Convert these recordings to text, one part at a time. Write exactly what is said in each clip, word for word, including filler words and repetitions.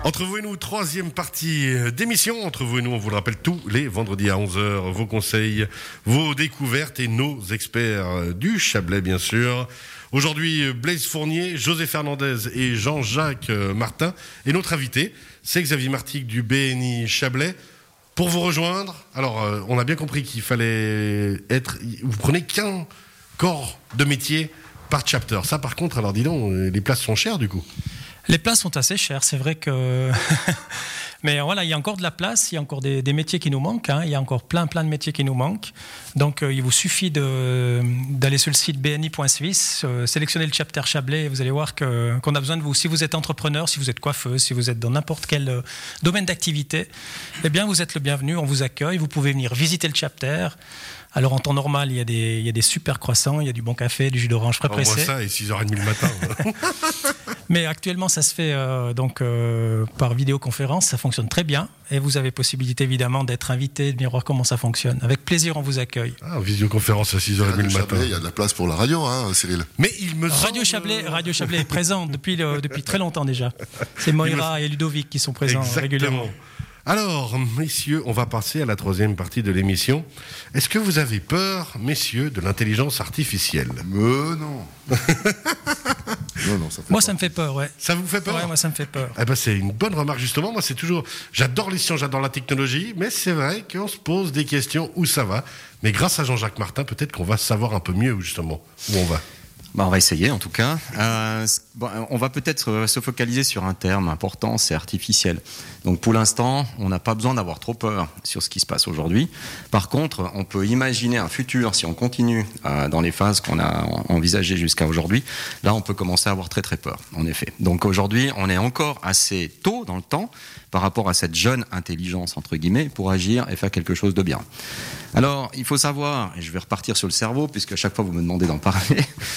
Entre vous et nous, troisième partie d'émission. Entre vous et nous, on vous le rappelle, tous les vendredis à onze heures, vos conseils, vos découvertes et nos experts du Chablais, bien sûr. Aujourd'hui, Blaise Fournier, José Fernandez et Jean-Jacques Martin. Et notre invité, c'est Xavier Martic du B N I Chablais. Pour vous rejoindre, alors, on a bien compris qu'il fallait être... Vous prenez qu'un corps de métier par chapter. Ça, par contre, alors dis donc, les places sont chères, du coup. Les places sont assez chères, c'est vrai que... Mais voilà, il y a encore de la place, il y a encore des, des métiers qui nous manquent, hein. Il y a encore plein, plein de métiers qui nous manquent. Donc, euh, il vous suffit de, d'aller sur le site b n i point suisse, euh, sélectionner le chapter Chablais et vous allez voir que, qu'on a besoin de vous. Si vous êtes entrepreneur, si vous êtes coiffeuse, si vous êtes dans n'importe quel euh, domaine d'activité, eh bien, vous êtes le bienvenu, on vous accueille, vous pouvez venir visiter le chapter. Alors en temps normal, il y a des, il y a des super croissants, il y a du bon café, du jus d'orange frais pressé. On voit ça et six heures trente le matin. Mais actuellement, ça se fait euh, donc euh, par vidéoconférence, ça fonctionne très bien. Et vous avez possibilité évidemment d'être invité, de venir voir comment ça fonctionne. Avec plaisir, on vous accueille. Ah, en visioconférence à six heures trente le matin. Il y a de la place pour la radio, hein, Cyril. Mais il me Radio semble... Chablais, Radio Chablais est présent depuis, le, depuis très longtemps déjà. C'est Moira me... et Ludovic qui sont présents Exactement. régulièrement. Alors, messieurs, on va passer à la troisième partie de l'émission. Est-ce que vous avez peur, messieurs, de l'intelligence artificielle ? Mais non. non, non, ça fait Moi, peur. ça me fait peur, ouais. Ça vous fait peur ? Ouais, moi, ça me fait peur. Eh ben, c'est une bonne remarque, justement. Moi, c'est toujours... J'adore les sciences, j'adore la technologie, mais c'est vrai qu'on se pose des questions où ça va. Mais grâce à Jean-Jacques Martin, peut-être qu'on va savoir un peu mieux, justement, où on va. Bah, on va essayer en tout cas. Euh, bon, on va peut-être se focaliser sur un terme important, c'est artificiel. Donc pour l'instant, on n'a pas besoin d'avoir trop peur sur ce qui se passe aujourd'hui. Par contre, on peut imaginer un futur, si on continue euh, dans les phases qu'on a envisagées jusqu'à aujourd'hui, là on peut commencer à avoir très très peur, en effet. Donc aujourd'hui, on est encore assez tôt dans le temps par rapport à cette jeune intelligence, entre guillemets, pour agir et faire quelque chose de bien. Alors, il faut savoir, et je vais repartir sur le cerveau, puisque à chaque fois vous me demandez d'en parler,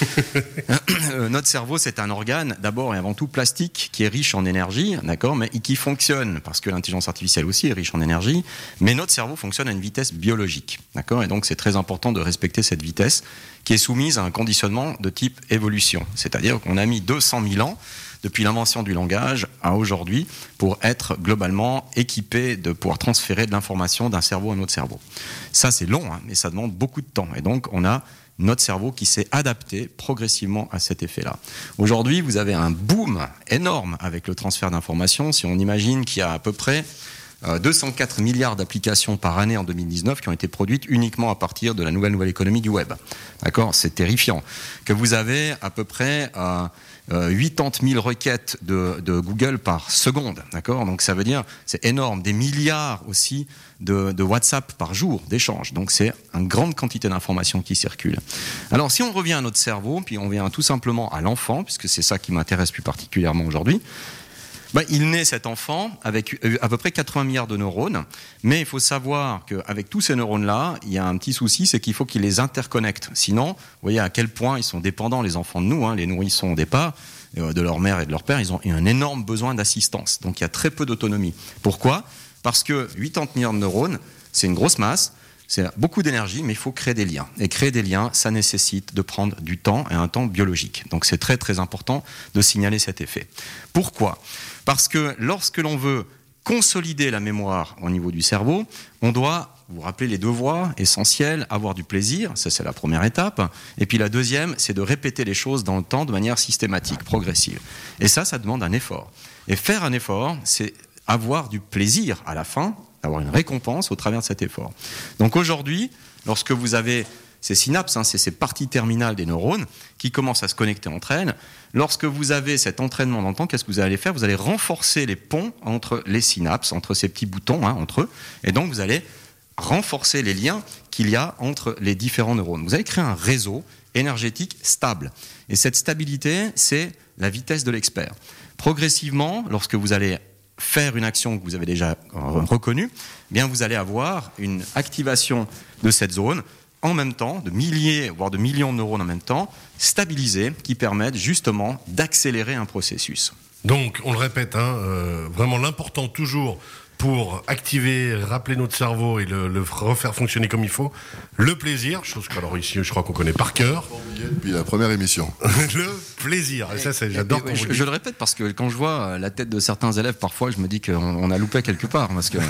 notre cerveau, c'est un organe, d'abord et avant tout plastique, qui est riche en énergie, d'accord, mais qui fonctionne, parce que l'intelligence artificielle aussi est riche en énergie, mais notre cerveau fonctionne à une vitesse biologique, d'accord, et donc c'est très important de respecter cette vitesse, qui est soumise à un conditionnement de type évolution, c'est-à-dire qu'on a mis deux cent mille ans, depuis l'invention du langage à aujourd'hui, pour être globalement équipé de pouvoir transférer de l'information d'un cerveau à un autre cerveau. Ça, c'est long, hein, mais ça demande beaucoup de temps. Et donc, on a notre cerveau qui s'est adapté progressivement à cet effet-là. Aujourd'hui, vous avez un boom énorme avec le transfert d'informations. Si on imagine qu'il y a à peu près deux cent quatre milliards d'applications par année en deux mille dix-neuf qui ont été produites uniquement à partir de la nouvelle nouvelle économie du web. D'accord ? C'est terrifiant. Que vous avez à peu près euh, euh, quatre-vingt-dix mille requêtes de, de Google par seconde. D'accord ? Donc ça veut dire, c'est énorme. Des milliards aussi de, de WhatsApp par jour d'échanges. Donc c'est une grande quantité d'informations qui circulent. Alors si on revient à notre cerveau, puis on vient tout simplement à l'enfant, puisque c'est ça qui m'intéresse plus particulièrement aujourd'hui, ben, il naît cet enfant avec à peu près quatre-vingts milliards de neurones, mais il faut savoir qu'avec tous ces neurones-là, il y a un petit souci, c'est qu'il faut qu'ils les interconnectent. Sinon, vous voyez à quel point ils sont dépendants, les enfants de nous, hein, les nourrissons au départ, de leur mère et de leur père, ils ont un énorme besoin d'assistance. Donc il y a très peu d'autonomie. Pourquoi ? Parce que quatre-vingts milliards de neurones, c'est une grosse masse, c'est beaucoup d'énergie, mais il faut créer des liens. Et créer des liens, ça nécessite de prendre du temps, et un temps biologique. Donc c'est très très important de signaler cet effet. Pourquoi ? Parce que lorsque l'on veut consolider la mémoire au niveau du cerveau, on doit, vous vous rappelez les deux voies essentielles, avoir du plaisir, ça c'est la première étape, et puis la deuxième, c'est de répéter les choses dans le temps de manière systématique, progressive. Et ça, ça demande un effort. Et faire un effort, c'est avoir du plaisir à la fin, avoir une récompense au travers de cet effort. Donc aujourd'hui, lorsque vous avez ces synapses, hein, c'est ces parties terminales des neurones qui commencent à se connecter entre elles, lorsque vous avez cet entraînement dans le temps, qu'est-ce que vous allez faire ? Vous allez renforcer les ponts entre les synapses, entre ces petits boutons, hein, entre eux, et donc vous allez renforcer les liens qu'il y a entre les différents neurones. Vous allez créer un réseau énergétique stable. Et cette stabilité, c'est la vitesse de l'expert. Progressivement, lorsque vous allez faire une action que vous avez déjà reconnue, eh bien vous allez avoir une activation de cette zone en même temps, de milliers, voire de millions de neurones en même temps, stabilisés, qui permettent justement d'accélérer un processus. Donc, on le répète, hein, euh, vraiment l'important toujours pour activer, rappeler notre cerveau et le, le refaire fonctionner comme il faut, le plaisir, chose qu'alors ici je crois qu'on connaît par cœur, J'y ai depuis la première émission. Le plaisir. Et ça, c'est, j'adore. Et, et, je, je le répète parce que quand je vois la tête de certains élèves, parfois, je me dis qu'on on a loupé quelque part. Parce que,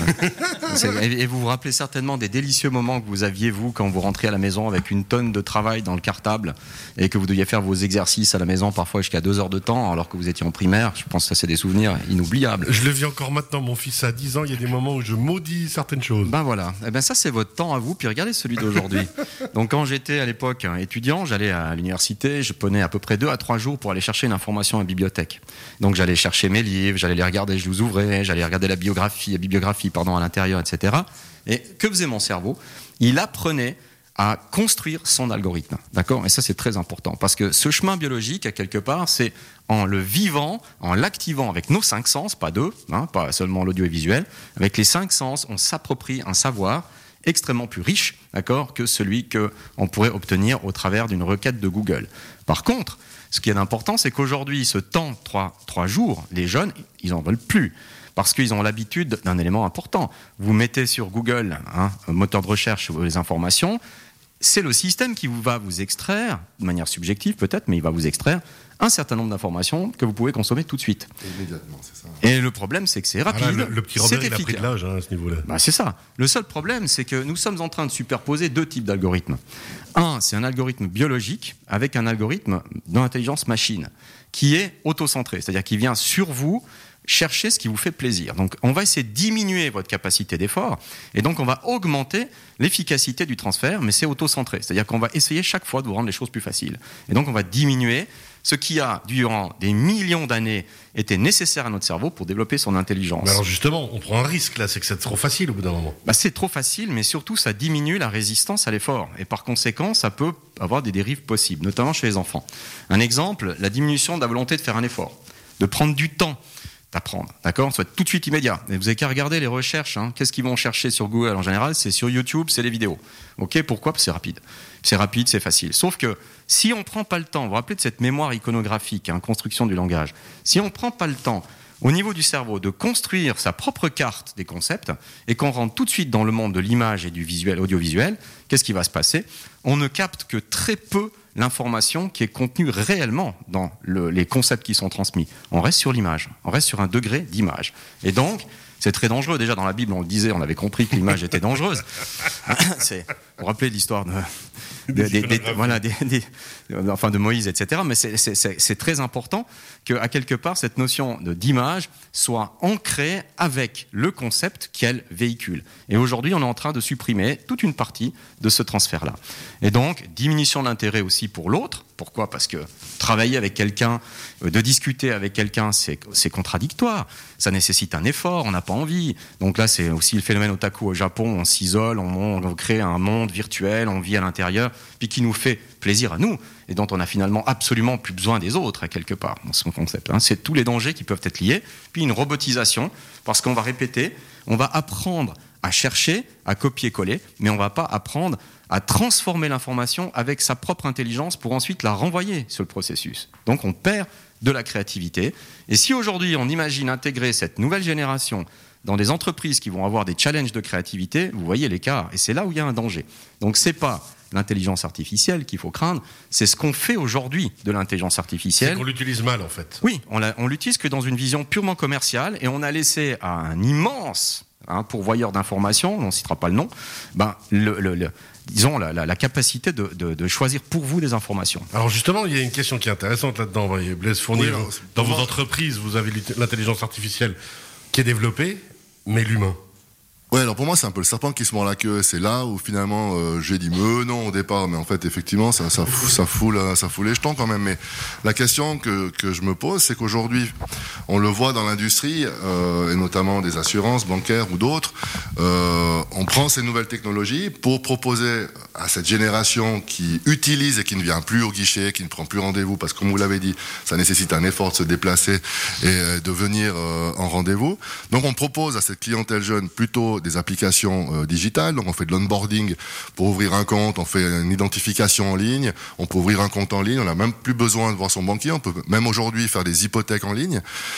et vous vous rappelez certainement des délicieux moments que vous aviez, vous, quand vous rentriez à la maison avec une tonne de travail dans le cartable et que vous deviez faire vos exercices à la maison, parfois jusqu'à deux heures de temps, alors que vous étiez en primaire. Je pense que ça, c'est des souvenirs inoubliables. Je le vis encore maintenant. Mon fils a dix ans. Il y a des moments où je maudis certaines choses. Ben voilà. Et ben ça, c'est votre temps à vous. Puis regardez celui d'aujourd'hui. Donc, quand j'étais à l'époque étudiant, j'allais à l'université, je prenais à peu près deux à trois jours pour aller chercher une information à la bibliothèque. Donc j'allais chercher mes livres, j'allais les regarder, je les ouvrais, j'allais regarder la biographie, la bibliographie pardon, à l'intérieur, et cetera. Et que faisait mon cerveau ? Il apprenait à construire son algorithme. D'accord ? Et ça, c'est très important. Parce que ce chemin biologique, à quelque part, c'est en le vivant, en l'activant avec nos cinq sens, pas deux, hein, pas seulement l'audio et visuel, avec les cinq sens, on s'approprie un savoir extrêmement plus riche, d'accord, que celui qu'on pourrait obtenir au travers d'une requête de Google. Par contre, ce qui est important, c'est qu'aujourd'hui, ce temps, trois, trois jours, les jeunes, ils n'en veulent plus. Parce qu'ils ont l'habitude d'un élément important. Vous mettez sur Google, hein, un moteur de recherche, les informations, c'est le système qui vous va vous extraire, de manière subjective peut-être, mais il va vous extraire un certain nombre d'informations que vous pouvez consommer tout de suite. Immédiatement, c'est ça. Et le problème, c'est que c'est rapide, ah là, le, le petit Robert, c'est il a pris de l'âge hein, à ce niveau-là. Bah, c'est ça. Le seul problème, c'est que nous sommes en train de superposer deux types d'algorithmes. Un, c'est un algorithme biologique avec un algorithme d'intelligence machine qui est autocentré, c'est-à-dire qui vient sur vous chercher ce qui vous fait plaisir. Donc, on va essayer de diminuer votre capacité d'effort et donc on va augmenter l'efficacité du transfert, mais c'est auto-centré. C'est-à-dire qu'on va essayer chaque fois de vous rendre les choses plus faciles. Et donc, on va diminuer ce qui a, durant des millions d'années, été nécessaire à notre cerveau pour développer son intelligence. Mais alors justement, on prend un risque là, c'est que c'est trop facile au bout d'un moment. Bah, c'est trop facile, mais surtout, ça diminue la résistance à l'effort. Et par conséquent, ça peut avoir des dérives possibles, notamment chez les enfants. Un exemple, la diminution de la volonté de faire un effort, de prendre du temps d'apprendre, d'accord ? Soit tout de suite immédiat. Et vous n'avez qu'à regarder les recherches. Hein. Qu'est-ce qu'ils vont chercher sur Google en général ? C'est sur YouTube, c'est les vidéos. Ok ? Pourquoi ? Parce que c'est rapide. C'est rapide, c'est facile. Sauf que si on ne prend pas le temps, vous vous rappelez de cette mémoire iconographique, hein, construction du langage, si on ne prend pas le temps au niveau du cerveau de construire sa propre carte des concepts et qu'on rentre tout de suite dans le monde de l'image et du visuel, audiovisuel, qu'est-ce qui va se passer ? On ne capte que très peu l'information qui est contenue réellement dans le, les concepts qui sont transmis. On reste sur l'image, on reste sur un degré d'image. Et donc, c'est très dangereux. Déjà, dans la Bible, on le disait, on avait compris que l'image était dangereuse. C'est, vous vous rappelez l'histoire de, de, des, des, voilà, des, des, enfin de Moïse, et cetera. Mais c'est, c'est, c'est, c'est très important qu'à quelque part, cette notion de, d'image soit ancrée avec le concept qu'elle véhicule. Et aujourd'hui, on est en train de supprimer toute une partie de ce transfert-là. Et donc, diminution d'intérêt aussi pour l'autre. Pourquoi ? Parce que travailler avec quelqu'un, de discuter avec quelqu'un, c'est, c'est contradictoire. Ça nécessite un effort, on n'a pas envie. Donc là, c'est aussi le phénomène otaku au Japon. On s'isole, on, on crée un monde virtuel, on vit à l'intérieur, puis qui nous fait plaisir à nous, et dont on n'a finalement absolument plus besoin des autres, à quelque part, dans son concept. Hein. C'est tous les dangers qui peuvent être liés. Puis une robotisation, parce qu'on va répéter, on va apprendre à chercher, à copier-coller, mais on ne va pas apprendre à transformer l'information avec sa propre intelligence pour ensuite la renvoyer sur le processus. Donc on perd de la créativité. Et si aujourd'hui on imagine intégrer cette nouvelle génération dans des entreprises qui vont avoir des challenges de créativité, vous voyez l'écart. Et c'est là où il y a un danger. Donc c'est pas l'intelligence artificielle qu'il faut craindre, c'est ce qu'on fait aujourd'hui de l'intelligence artificielle. C'est qu'on l'utilise mal en fait. Oui, on, l'a, on l'utilise que dans une vision purement commerciale et on a laissé à un immense hein, pourvoyeur d'informations, on ne citera pas le nom, ben, le, le, le disons, la, la, la capacité de, de, de choisir pour vous des informations. Alors justement, il y a une question qui est intéressante là-dedans. Blaise Fournier, oui, alors, dans vos moi... entreprises, vous avez l'intelligence artificielle qui est développée, mais l'humain. Ouais, alors pour moi, c'est un peu le serpent qui se mord la queue. C'est là où finalement, euh, j'ai dit, mais non au départ, mais en fait, effectivement, ça, ça, fout, ça, fout, la, ça fout les jetons quand même. Mais la question que, que je me pose, c'est qu'aujourd'hui, on le voit dans l'industrie, euh, et notamment des assurances bancaires ou d'autres, euh, on prend ces nouvelles technologies pour proposer à cette génération qui utilise et qui ne vient plus au guichet, qui ne prend plus rendez-vous, parce que comme vous l'avez dit, ça nécessite un effort de se déplacer et de venir euh, en rendez-vous. Donc on propose à cette clientèle jeune plutôt des applications euh, digitales, donc on fait de l'onboarding pour ouvrir un compte, on fait une identification en ligne, on peut ouvrir un compte en ligne, on n'a même plus besoin de voir son banquier, on peut même aujourd'hui faire des hypothèques en ligne.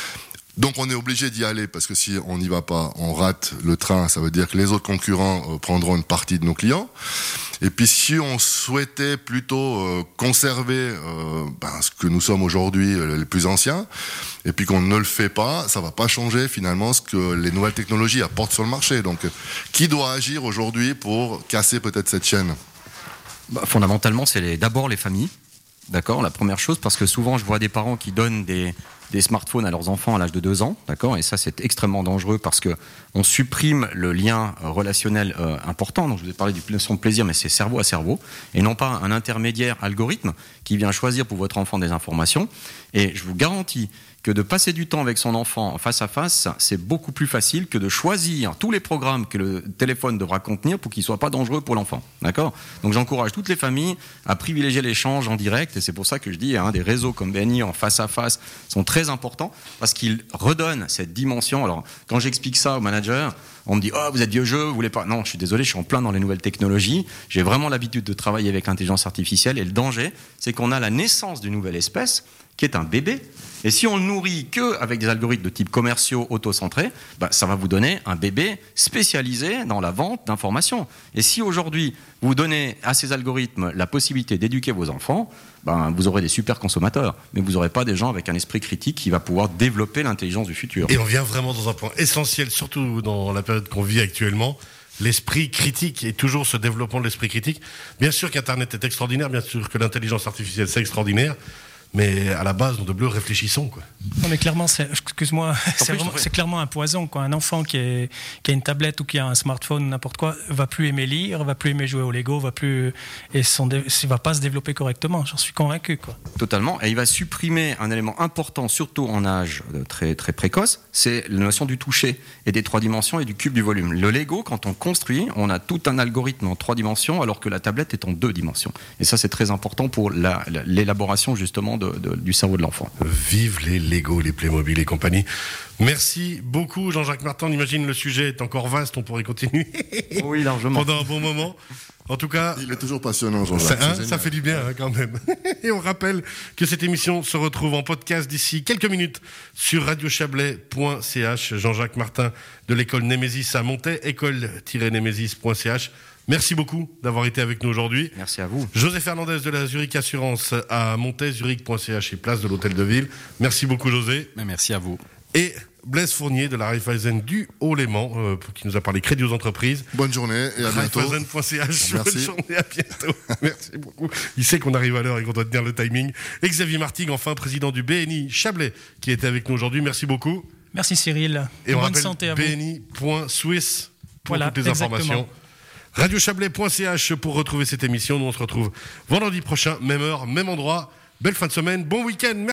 Donc on est obligé d'y aller parce que si on n'y va pas, on rate le train. Ça veut dire que les autres concurrents euh, prendront une partie de nos clients. Et puis si on souhaitait plutôt euh, conserver euh, ben, ce que nous sommes aujourd'hui euh, les plus anciens, et puis qu'on ne le fait pas, ça va pas changer finalement ce que les nouvelles technologies apportent sur le marché. Donc euh, qui doit agir aujourd'hui pour casser peut-être cette chaîne ? Bah, fondamentalement, c'est les, d'abord les familles. D'accord, la première chose, parce que souvent je vois des parents qui donnent des, des smartphones à leurs enfants à l'âge de deux ans, d'accord, et ça c'est extrêmement dangereux parce que on supprime le lien relationnel euh, important. Donc je vous ai parlé du notion de plaisir, mais c'est cerveau à cerveau, et non pas un intermédiaire algorithme qui vient choisir pour votre enfant des informations. Et je vous garantis que de passer du temps avec son enfant face à face, c'est beaucoup plus facile que de choisir tous les programmes que le téléphone devra contenir pour qu'ils ne soient pas dangereux pour l'enfant. D'accord ? Donc j'encourage toutes les familles à privilégier l'échange en direct, et c'est pour ça que je dis hein, des réseaux comme B N I en face à face sont très importants parce qu'ils redonnent cette dimension. Alors quand j'explique ça aux managers, on me dit « Oh, vous êtes vieux jeu, vous voulez pas ?» Non, je suis désolé, je suis en plein dans les nouvelles technologies. J'ai vraiment l'habitude de travailler avec l'intelligence artificielle, et le danger, c'est qu'on a la naissance d'une nouvelle espèce qui est un bébé. Et si on le nourrit que avec des algorithmes de type commerciaux auto-centrés, bah, ça va vous donner un bébé spécialisé dans la vente d'informations. Et si aujourd'hui, vous donnez à ces algorithmes la possibilité d'éduquer vos enfants, ben, vous aurez des super consommateurs, mais vous n'aurez pas des gens avec un esprit critique qui va pouvoir développer l'intelligence du futur. Et on vient vraiment dans un point essentiel, surtout dans la période qu'on vit actuellement, l'esprit critique et toujours ce développement de l'esprit critique. Bien sûr qu'Internet est extraordinaire, bien sûr que l'intelligence artificielle c'est extraordinaire, mais à la base, nous de bleu, réfléchissons, quoi. Non, mais clairement, c'est, excuse-moi, c'est, vraiment, c'est clairement un poison, quoi. Un enfant qui, est, qui a une tablette ou qui a un smartphone, n'importe quoi, va plus aimer lire, va plus aimer jouer au Lego, va plus, et son, il va pas se développer correctement. J'en suis convaincu, quoi. Totalement. Et il va supprimer un élément important, surtout en âge très, très précoce, c'est la notion du toucher et des trois dimensions et du cube du volume. Le Lego, quand on construit, on a tout un algorithme en trois dimensions, alors que la tablette est en deux dimensions. Et ça, c'est très important pour la, la, l'élaboration, justement, De, de, du cerveau de l'enfant. Vive les Lego, les Playmobil et compagnie. Merci beaucoup Jean-Jacques Martin. On imagine le sujet est encore vaste, on pourrait continuer oui, largement. pendant un bon moment. En tout cas, il est toujours passionnant, Jean-Jacques. Ça, hein, ça fait du bien hein, quand même. Et on rappelle que cette émission se retrouve en podcast d'ici quelques minutes sur radio chablais point c h. Jean-Jacques Martin de l'école Némésis à Montaix, école tiret némésis point c h. Merci beaucoup d'avoir été avec nous aujourd'hui. Merci à vous. José Fernandez de la Zurich Assurance à Montaix, zurich point c h et place de l'Hôtel de Ville. Merci beaucoup José. Merci à vous. Et Blaise Fournier de la Raiffeisen du Haut-Léman euh, qui nous a parlé crédit aux entreprises. Bonne journée et à bientôt. Raiffeisen point c h. Merci. Bonne journée, à bientôt. Merci beaucoup. Il sait qu'on arrive à l'heure et qu'on doit tenir le timing. Et Xavier Martigues, enfin président du B N I Chablais, qui était avec nous aujourd'hui. Merci beaucoup. Merci Cyril. Et on bonne rappelle santé à b vous. n i point swiss pour voilà, toutes les exactement. informations. radio chablais point c h pour retrouver cette émission. Nous on se retrouve vendredi prochain, même heure, même endroit. Belle fin de semaine, bon week-end.